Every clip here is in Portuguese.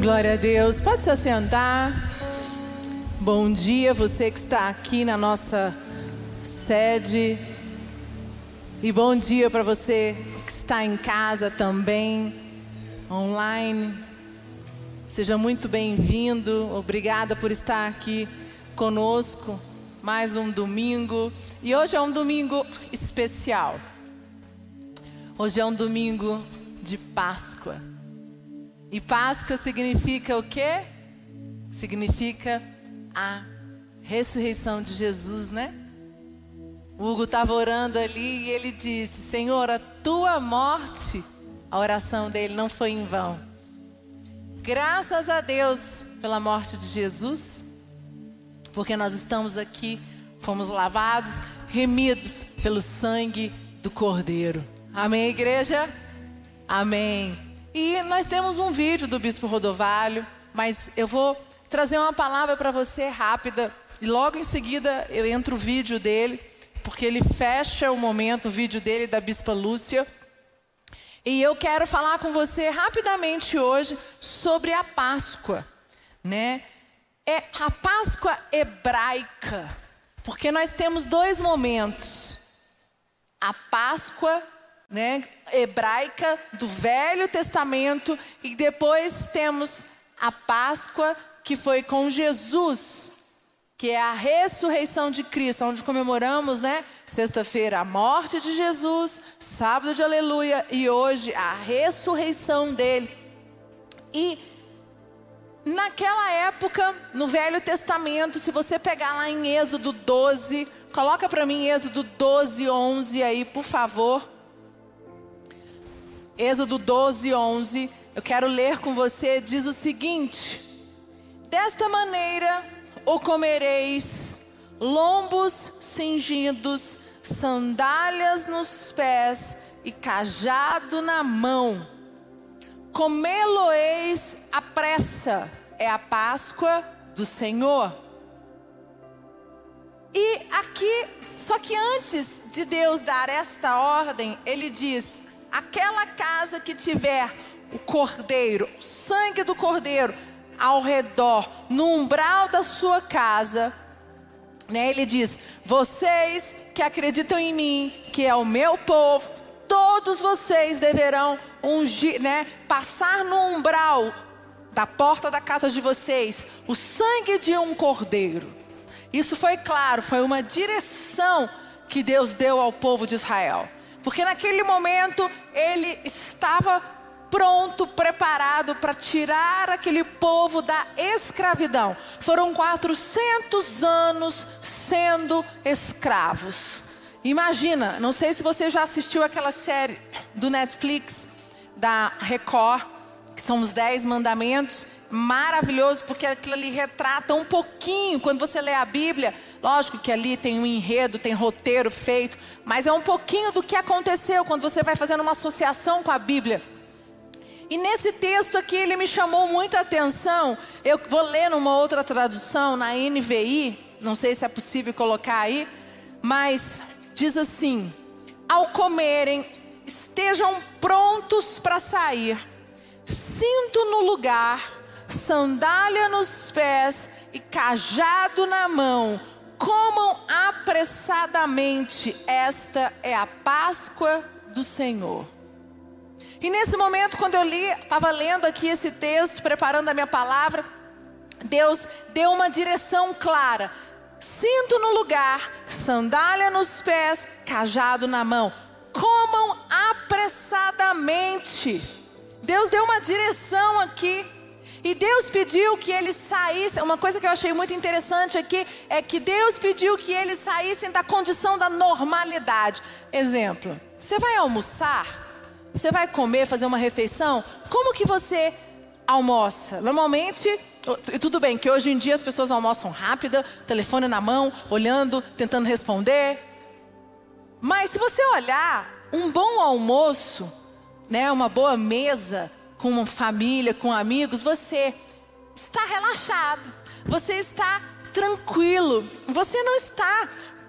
Glória a Deus. Pode se assentar. Bom dia, você que está aqui na nossa sede. E bom dia para você que está em casa também, online. Seja muito bem-vindo. Obrigada por estar aqui conosco. Mais um domingo. E hoje é um domingo especial. Hoje é um domingo de Páscoa. E Páscoa significa o quê? Significa a ressurreição de Jesus, né? O Hugo estava orando ali e ele disse: Senhor, a tua morte, a oração dele não foi em vão. Graças a Deus pela morte de Jesus, porque nós estamos aqui, fomos lavados, remidos pelo sangue do Cordeiro. Amém, igreja? Amém. E nós temos um vídeo do Bispo Rodovalho, mas eu vou trazer uma palavra para você rápida. E logo em seguida eu entro o vídeo dele, porque ele fecha o momento, o vídeo dele e da Bispa Lúcia. E eu quero falar com você rapidamente hoje sobre a Páscoa, né? É a Páscoa hebraica, porque nós temos dois momentos. A Páscoa, né, hebraica do Velho Testamento, e depois temos a Páscoa que foi com Jesus, que é a ressurreição de Cristo, onde comemoramos, né, sexta-feira a morte de Jesus, sábado de aleluia, e hoje a ressurreição dele. E naquela época, no Velho Testamento, se você pegar lá em Êxodo 12, coloca para mim Êxodo 12, 11 aí, por favor. Êxodo 12, 11, eu quero ler com você, diz o seguinte: desta maneira o comereis, lombos cingidos, sandálias nos pés e cajado na mão. Comê-lo-eis à pressa, é a Páscoa do Senhor. E aqui, só que antes de Deus dar esta ordem, Ele diz: aquela casa que tiver o cordeiro, o sangue do cordeiro ao redor, no umbral da sua casa, né, Ele diz: vocês que acreditam em mim, que é o meu povo, todos vocês deverão ungir, né, passar no umbral da porta da casa de vocês o sangue de um cordeiro. Isso foi claro, foi uma direção que Deus deu ao povo de Israel. Porque naquele momento ele estava pronto, preparado para tirar aquele povo da escravidão. Foram 400 anos sendo escravos. Imagina, não sei se você já assistiu aquela série do Netflix, da Record, que são os 10 mandamentos. Maravilhoso, porque aquilo ali retrata um pouquinho, quando você lê a Bíblia, lógico que ali tem um enredo, tem roteiro feito, mas é um pouquinho do que aconteceu quando você vai fazendo uma associação com a Bíblia. E nesse texto aqui ele me chamou muita atenção. Eu vou ler numa outra tradução, na NVI, não sei se é possível colocar aí, mas diz assim: ao comerem, estejam prontos para sair, cinto no lugar, sandália nos pés e cajado na mão. Comam apressadamente, esta é a Páscoa do Senhor. E nesse momento, quando eu li, estava lendo aqui esse texto, preparando a minha palavra, Deus deu uma direção clara: cinto no lugar, sandália nos pés, cajado na mão. Comam apressadamente. Deus deu uma direção aqui. E Deus pediu que eles saíssem. Uma coisa que eu achei muito interessante aqui é que Deus pediu que eles saíssem da condição da normalidade. Exemplo: você vai almoçar? Você vai comer, fazer uma refeição? Como que você almoça? Normalmente, tudo bem que hoje em dia as pessoas almoçam rápida, telefone na mão, olhando, tentando responder. Mas se você olhar, um bom almoço, né, uma boa mesa, com uma família, com amigos, você está relaxado, você está tranquilo, você não está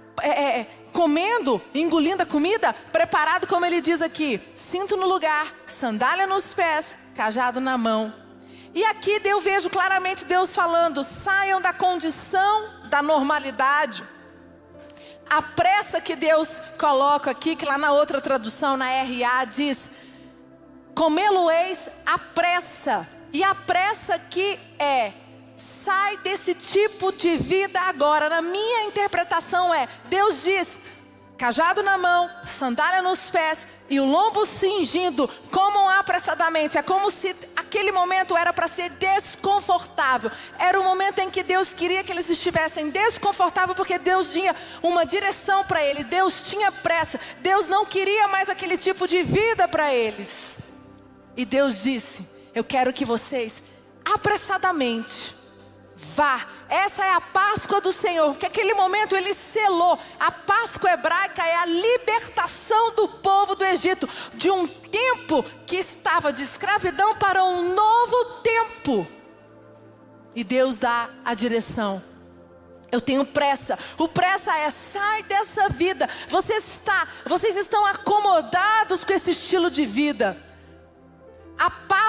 comendo, engolindo a comida, preparado como ele diz aqui, cinto no lugar, sandália nos pés, cajado na mão. E aqui eu vejo claramente Deus falando: saiam da condição da normalidade. A pressa que Deus coloca aqui, que lá na outra tradução, na RA, diz: comê-lo-eis à pressa. E a pressa aqui sai desse tipo de vida agora. Na minha interpretação Deus diz: cajado na mão, sandália nos pés e o lombo cingindo, comam apressadamente. É como se aquele momento era para ser desconfortável. Era o momento em que Deus queria que eles estivessem desconfortáveis, porque Deus tinha uma direção para eles. Deus tinha pressa. Deus não queria mais aquele tipo de vida para eles. E Deus disse: eu quero que vocês apressadamente vá. Essa é a Páscoa do Senhor, porque aquele momento Ele selou. A Páscoa hebraica é a libertação do povo do Egito, de um tempo que estava de escravidão para um novo tempo. E Deus dá a direção: eu tenho pressa. O pressa sai dessa vida. Vocês estão acomodados com esse estilo de vida. A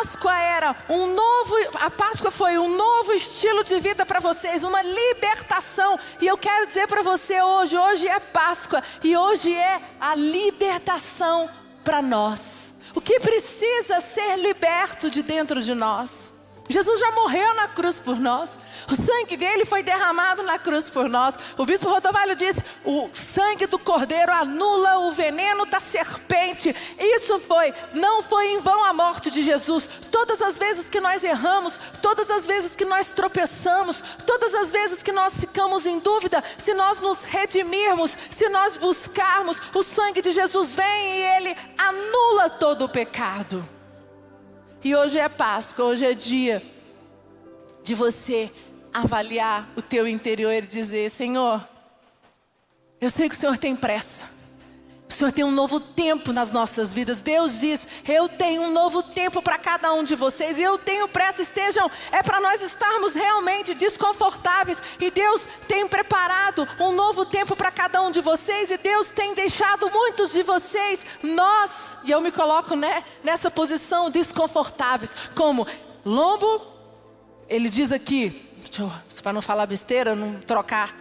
Páscoa foi um novo estilo de vida para vocês, uma libertação. E eu quero dizer para você hoje é Páscoa, e hoje é a libertação para nós. O que precisa ser liberto de dentro de nós? Jesus já morreu na cruz por nós. O sangue dele foi derramado na cruz por nós. O bispo Rodovalho disse: o sangue do cordeiro anula o veneno da serpente. Não foi em vão a morte de Jesus. Todas as vezes que nós erramos, todas as vezes que nós tropeçamos, todas as vezes que nós ficamos em dúvida, se nós nos redimirmos, se nós buscarmos, o sangue de Jesus vem e ele anula todo o pecado. E hoje é Páscoa, hoje é dia de você avaliar o teu interior e dizer: Senhor, eu sei que o Senhor tem pressa. O Senhor tem um novo tempo nas nossas vidas. Deus diz: eu tenho um novo tempo para cada um de vocês. E eu tenho pressa. É para nós estarmos realmente desconfortáveis. E Deus tem preparado um novo tempo para cada um de vocês. E Deus tem deixado muitos de vocês, e eu me coloco nessa posição, desconfortáveis. Como lombo, ele diz aqui, para não falar besteira, não trocar,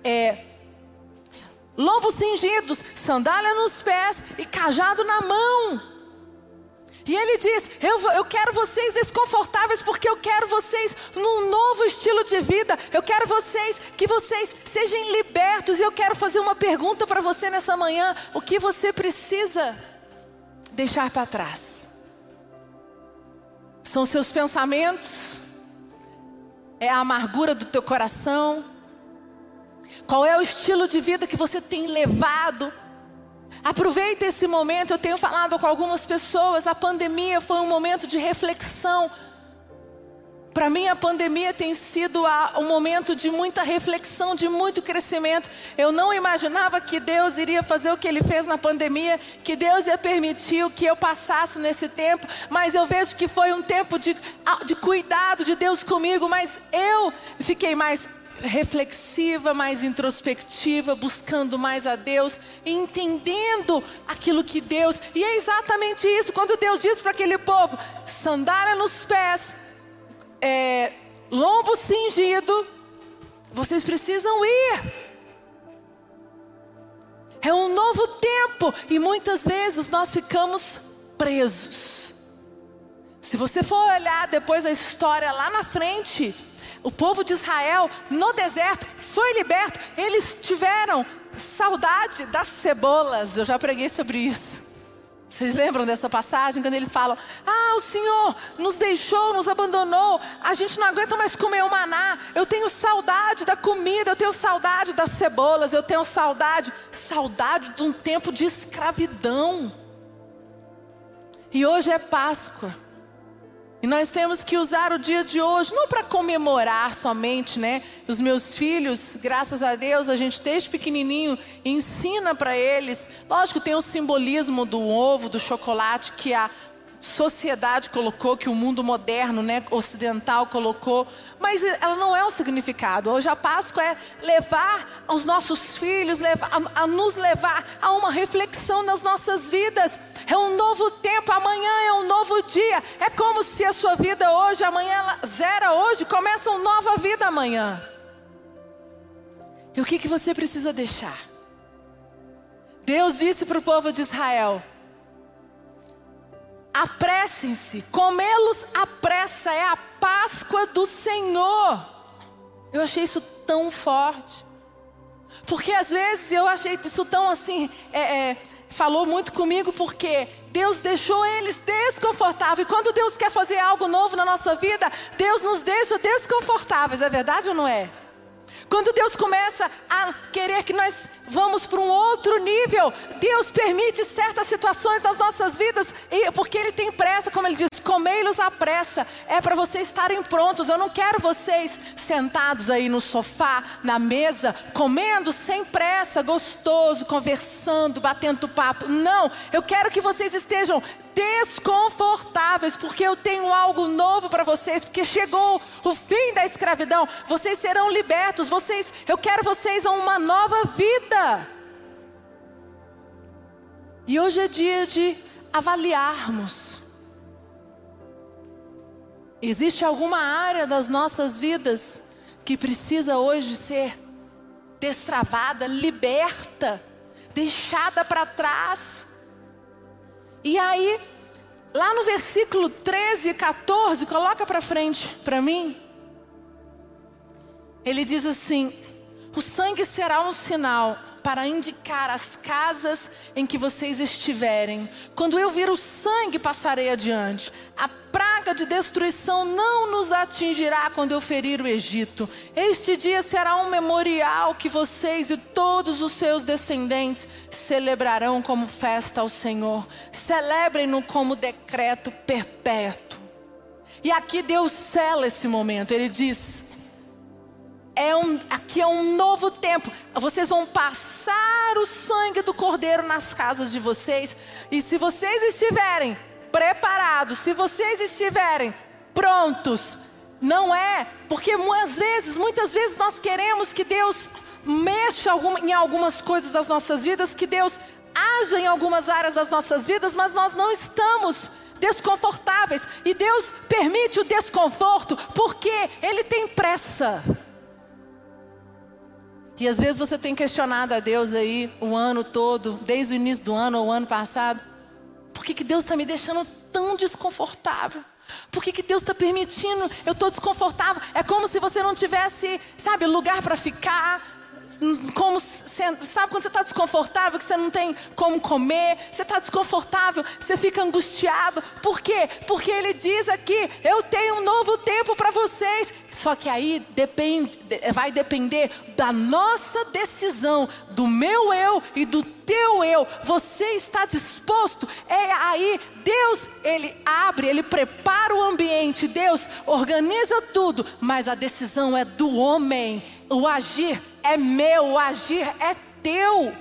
lombos cingidos, sandália nos pés e cajado na mão. E ele diz: eu quero vocês desconfortáveis, porque eu quero vocês num novo estilo de vida. Eu quero que vocês sejam libertos. E eu quero fazer uma pergunta para você nessa manhã: o que você precisa deixar para trás? São seus pensamentos? É a amargura do teu coração? Qual é o estilo de vida que você tem levado? Aproveita esse momento. Eu tenho falado com algumas pessoas. A pandemia foi um momento de reflexão. Para mim a pandemia tem sido um momento de muita reflexão, de muito crescimento. Eu não imaginava que Deus iria fazer o que Ele fez na pandemia, que Deus ia permitir que eu passasse nesse tempo. Mas eu vejo que foi um tempo de cuidado de Deus comigo. Mas eu fiquei mais reflexiva, mais introspectiva, buscando mais a Deus, entendendo aquilo que Deus... E é exatamente isso, quando Deus diz para aquele povo: sandália nos pés, lombo cingido, vocês precisam ir. É um novo tempo. E muitas vezes nós ficamos presos. Se você for olhar depois a história lá na frente, o povo de Israel no deserto foi liberto. Eles tiveram saudade das cebolas. Eu já preguei sobre isso. Vocês lembram dessa passagem? Quando eles falam: o Senhor nos deixou, nos abandonou. A gente não aguenta mais comer o maná. Eu tenho saudade da comida. Eu tenho saudade das cebolas. Eu tenho saudade de um tempo de escravidão. E hoje é Páscoa. E nós temos que usar o dia de hoje, não para comemorar somente, Os meus filhos, graças a Deus, a gente desde pequenininho ensina para eles. Lógico, tem o simbolismo do ovo, do chocolate, que sociedade colocou, que o mundo moderno, né, ocidental colocou, mas ela não é o significado. Hoje a Páscoa é levar os nossos filhos, a nos levar a uma reflexão nas nossas vidas. É um novo tempo, amanhã é um novo dia. É como se a sua vida hoje, amanhã ela zera hoje, começa uma nova vida amanhã. E o que você precisa deixar? Deus disse para o povo de Israel: apressem-se, comê-los apressa, é a Páscoa do Senhor. Eu achei isso tão forte, porque às vezes eu achei isso tão assim, falou muito comigo, porque Deus deixou eles desconfortáveis. E quando Deus quer fazer algo novo na nossa vida, Deus nos deixa desconfortáveis, é verdade ou não é? Quando Deus começa a querer que nós vamos para um outro nível, Deus permite certas situações nas nossas vidas, porque Ele tem pressa, como Ele diz, comei-los à pressa, é para vocês estarem prontos. Eu não quero vocês sentados aí no sofá, na mesa, comendo sem pressa, gostoso, conversando, batendo papo. Não, eu quero que vocês estejam desconfortáveis, porque eu tenho algo novo para vocês, porque chegou o fim da escravidão, vocês serão libertos, eu quero vocês a uma nova vida. E hoje é dia de avaliarmos. Existe alguma área das nossas vidas que precisa hoje ser destravada, liberta, deixada para trás? E aí, lá no versículo 13 e 14, coloca para frente para mim. Ele diz assim: o sangue será um sinal para indicar as casas em que vocês estiverem. Quando eu vir o sangue, passarei adiante. A praga de destruição não nos atingirá quando eu ferir o Egito. Este dia será um memorial que vocês e todos os seus descendentes celebrarão como festa ao Senhor. Celebrem-no como decreto perpétuo. E aqui Deus sela esse momento. Ele diz: aqui é um novo tempo. Vocês vão passar o sangue do Cordeiro nas casas de vocês. E se vocês estiverem preparados, se vocês estiverem prontos, não é porque muitas vezes nós queremos que Deus mexa em algumas coisas das nossas vidas, que Deus haja em algumas áreas das nossas vidas, mas nós não estamos desconfortáveis. E Deus permite o desconforto porque Ele tem pressa. E às vezes você tem questionado a Deus aí o ano todo, desde o início do ano ou o ano passado: por que Deus está me deixando tão desconfortável? Por que Deus está permitindo? Eu estou desconfortável. É como se você não tivesse, sabe, lugar para ficar. Sabe quando você está desconfortável, que você não tem como comer, você está desconfortável, você fica angustiado. Por quê? Porque Ele diz aqui: eu tenho um novo tempo para vocês. Só que aí vai depender da nossa decisão, do meu eu e do teu eu. Você está disposto? Aí Deus, Ele abre, Ele prepara o ambiente, Deus organiza tudo, mas a decisão é do homem. O agir é meu, o agir é teu.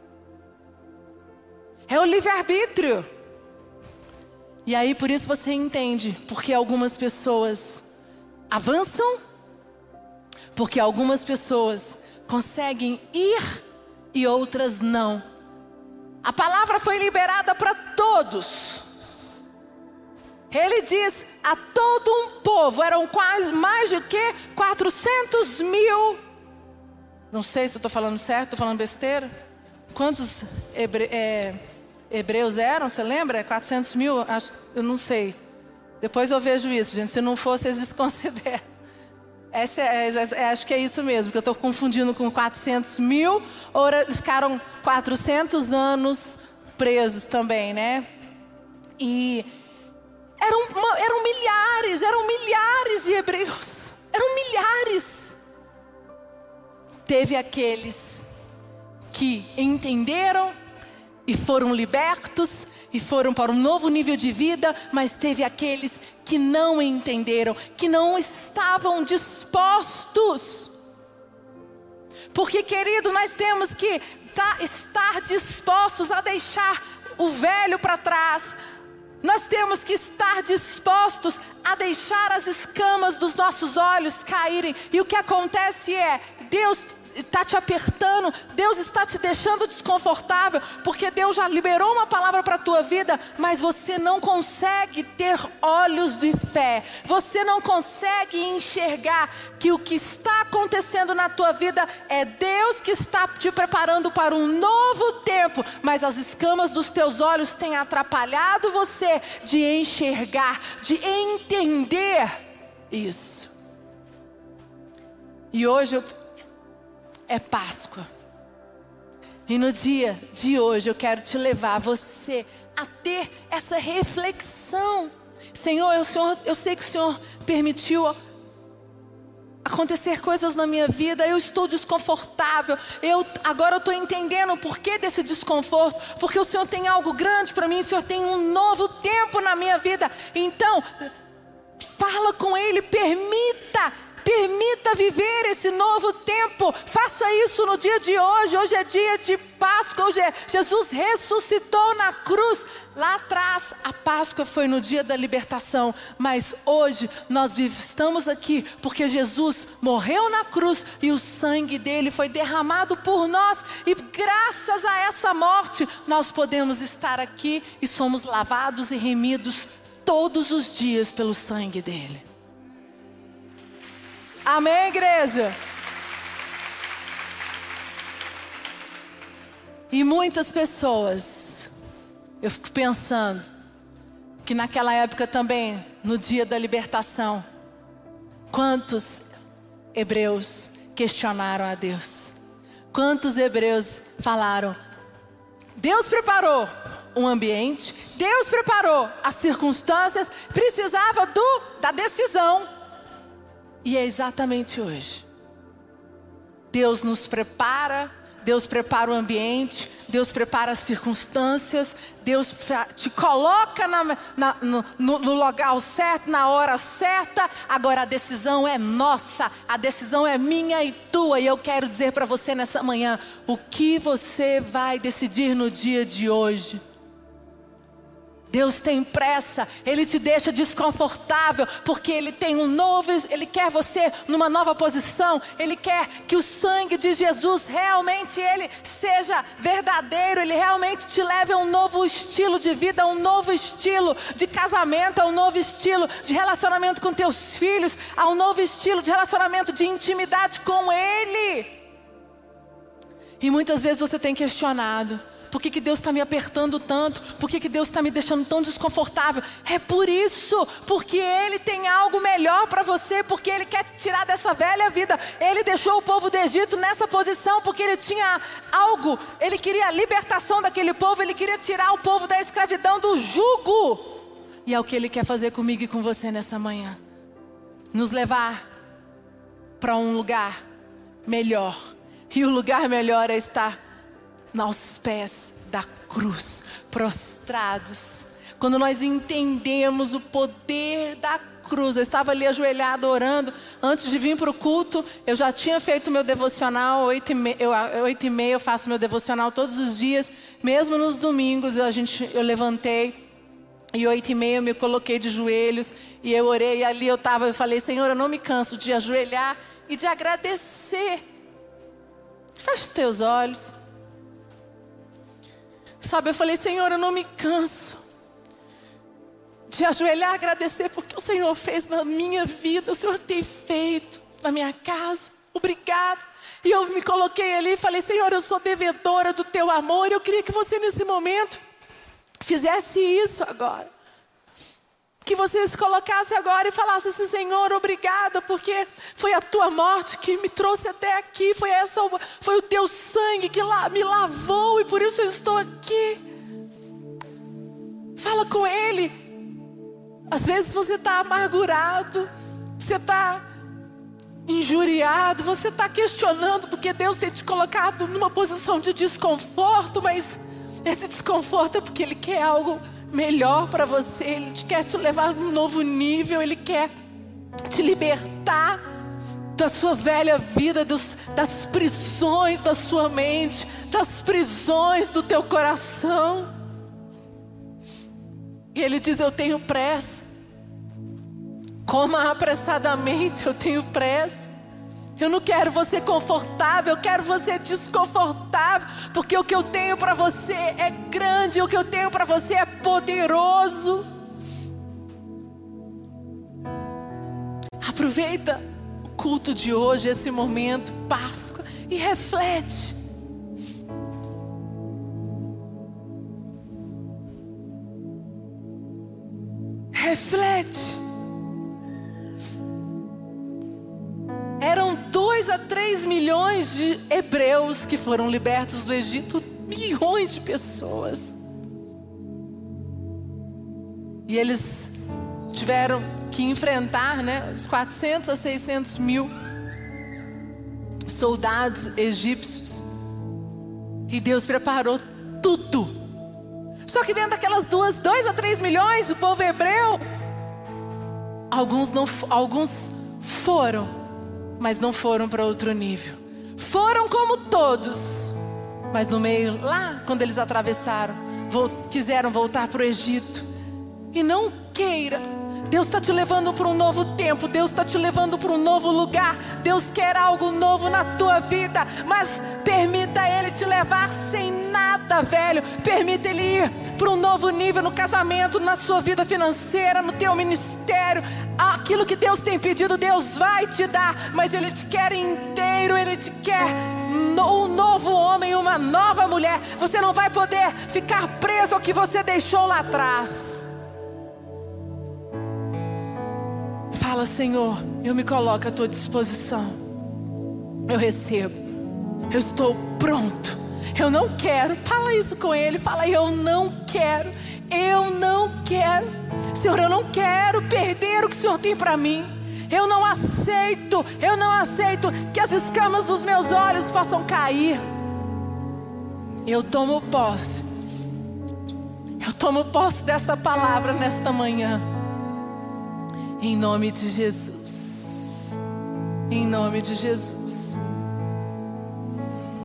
É o livre-arbítrio. E aí por isso você entende porque algumas pessoas avançam, porque algumas pessoas conseguem ir e outras não. A palavra foi liberada para todos. Ele diz a todo um povo, eram quase mais de 400 mil. Não sei se eu estou falando certo, estou falando besteira. Quantos hebreus eram, você lembra? 400 mil? Eu não sei. Depois eu vejo isso, gente. Se não for, vocês desconsideram. Acho que é isso mesmo, que eu estou confundindo com 400 mil. Ficaram 400 anos presos também, né? E eram milhares de hebreus. Eram milhares. Teve aqueles que entenderam e foram libertos e foram para um novo nível de vida, mas teve aqueles que não entenderam, que não estavam dispostos. Porque, querido, nós temos que estar dispostos a deixar o velho para trás, Nós temos que estar dispostos a deixar as escamas dos nossos olhos caírem. E o que acontece é, Deus está te apertando, Deus está te deixando desconfortável, porque Deus já liberou uma palavra para a tua vida, mas você não consegue ter olhos de fé. Você não consegue enxergar que o que está acontecendo na tua vida é Deus que está te preparando para um novo tempo, mas as escamas dos teus olhos têm atrapalhado você de enxergar, de entender isso. E hoje é Páscoa. E no dia de hoje eu quero te levar você a ter essa reflexão. Senhor, eu sei que o Senhor permitiu acontecer coisas na minha vida. Eu estou desconfortável. Agora eu estou entendendo o porquê desse desconforto. Porque o Senhor tem algo grande para mim. O Senhor tem um novo tempo na minha vida. Então, fala com Ele, Permita viver esse novo tempo. Faça isso no dia de hoje. Hoje é dia de Páscoa. Jesus ressuscitou na cruz. Lá atrás a Páscoa foi no dia da libertação. Mas hoje nós estamos aqui porque Jesus morreu na cruz e o sangue dele foi derramado por nós. E graças a essa morte nós podemos estar aqui e somos lavados e remidos todos os dias pelo sangue dele. Amém, igreja? E muitas pessoas, eu fico pensando, que naquela época também, no dia da libertação, quantos hebreus questionaram a Deus? Quantos hebreus falaram, Deus preparou um ambiente, Deus preparou as circunstâncias, precisava da decisão. E é exatamente hoje. Deus nos prepara, Deus prepara o ambiente, Deus prepara as circunstâncias, Deus te coloca no lugar certo, na hora certa. Agora a decisão é nossa, a decisão é minha e tua. E eu quero dizer para você nessa manhã, o que você vai decidir no dia de hoje? Deus tem pressa, Ele te deixa desconfortável, porque Ele tem Ele quer você numa nova posição. Ele quer que o sangue de Jesus realmente Ele seja verdadeiro, Ele realmente te leve a um novo estilo de vida, a um novo estilo de casamento, a um novo estilo de relacionamento com teus filhos, a um novo estilo de relacionamento de intimidade com Ele. E muitas vezes você tem questionado, por que Deus está me apertando tanto? Por que Deus está me deixando tão desconfortável? É por isso, porque Ele tem algo melhor para você, porque Ele quer te tirar dessa velha vida. Ele deixou o povo do Egito nessa posição, porque Ele tinha algo, Ele queria a libertação daquele povo, Ele queria tirar o povo da escravidão, do jugo. E é o que Ele quer fazer comigo e com você nessa manhã. Nos levar para um lugar melhor. E o lugar melhor é estar aos pés da cruz, prostrados. Quando nós entendemos o poder da cruz. Eu estava ali ajoelhado orando. Antes de vir para o culto, eu já tinha feito meu devocional. 8h30 eu faço meu devocional todos os dias. Mesmo nos domingos eu levantei. E 8h30 eu me coloquei de joelhos. E eu orei. E ali eu falei, Senhor, eu não me canso de ajoelhar e de agradecer. Feche os teus olhos. Sabe, eu falei, Senhor, eu não me canso de ajoelhar e agradecer porque o Senhor fez na minha vida, o Senhor tem feito na minha casa. Obrigado. E eu me coloquei ali e falei, Senhor, eu sou devedora do teu amor. E eu queria que você nesse momento fizesse isso agora. Que você se colocasse agora e falasse assim, Senhor, obrigada, porque foi a tua morte que me trouxe até aqui. Foi o teu sangue que me lavou e por isso eu estou aqui. Fala com Ele. Às vezes você está amargurado, você está injuriado, você está questionando porque Deus tem te colocado numa posição de desconforto, mas esse desconforto é porque Ele quer algo melhor para você. Ele quer te levar num novo nível. Ele quer te libertar da sua velha vida, das prisões da sua mente, das prisões do teu coração. E Ele diz: eu tenho pressa. Coma apressadamente, eu tenho pressa. Eu não quero você confortável, eu quero você desconfortável. Porque o que eu tenho para você é grande, o que eu tenho para você é poderoso. Aproveita o culto de hoje, esse momento, Páscoa, e reflete. Reflete. Eram 2 a 3 milhões de hebreus que foram libertos do Egito. Milhões de pessoas. E eles tiveram que enfrentar, né, os 400 a 600 mil soldados egípcios. E Deus preparou tudo. Só que dentro daquelas 2 a 3 milhões, o povo hebreu, alguns foram, mas não foram para outro nível. Foram como todos, mas no meio, lá quando eles atravessaram, quiseram voltar para o Egito. E não queira, Deus está te levando para um novo tempo, Deus está te levando para um novo lugar, Deus quer algo novo na tua vida, mas permita Ele te levar sem nada, velho. Permita Ele ir para um novo nível no casamento, na sua vida financeira, no teu ministério. Aquilo que Deus tem pedido, Deus vai te dar, mas Ele te quer inteiro, Ele te quer um novo homem, uma nova mulher. Você não vai poder ficar preso ao que você deixou lá atrás. Fala: Senhor, eu me coloco à tua disposição. Eu recebo. Eu estou pronto. Eu não quero. Fala isso com Ele. Fala: eu não quero. Eu não quero. Senhor, eu não quero perder o que o Senhor tem para mim. Eu não aceito que as escamas dos meus olhos possam cair. Eu tomo posse. Eu tomo posse dessa palavra nesta manhã. Em nome de Jesus. Em nome de Jesus.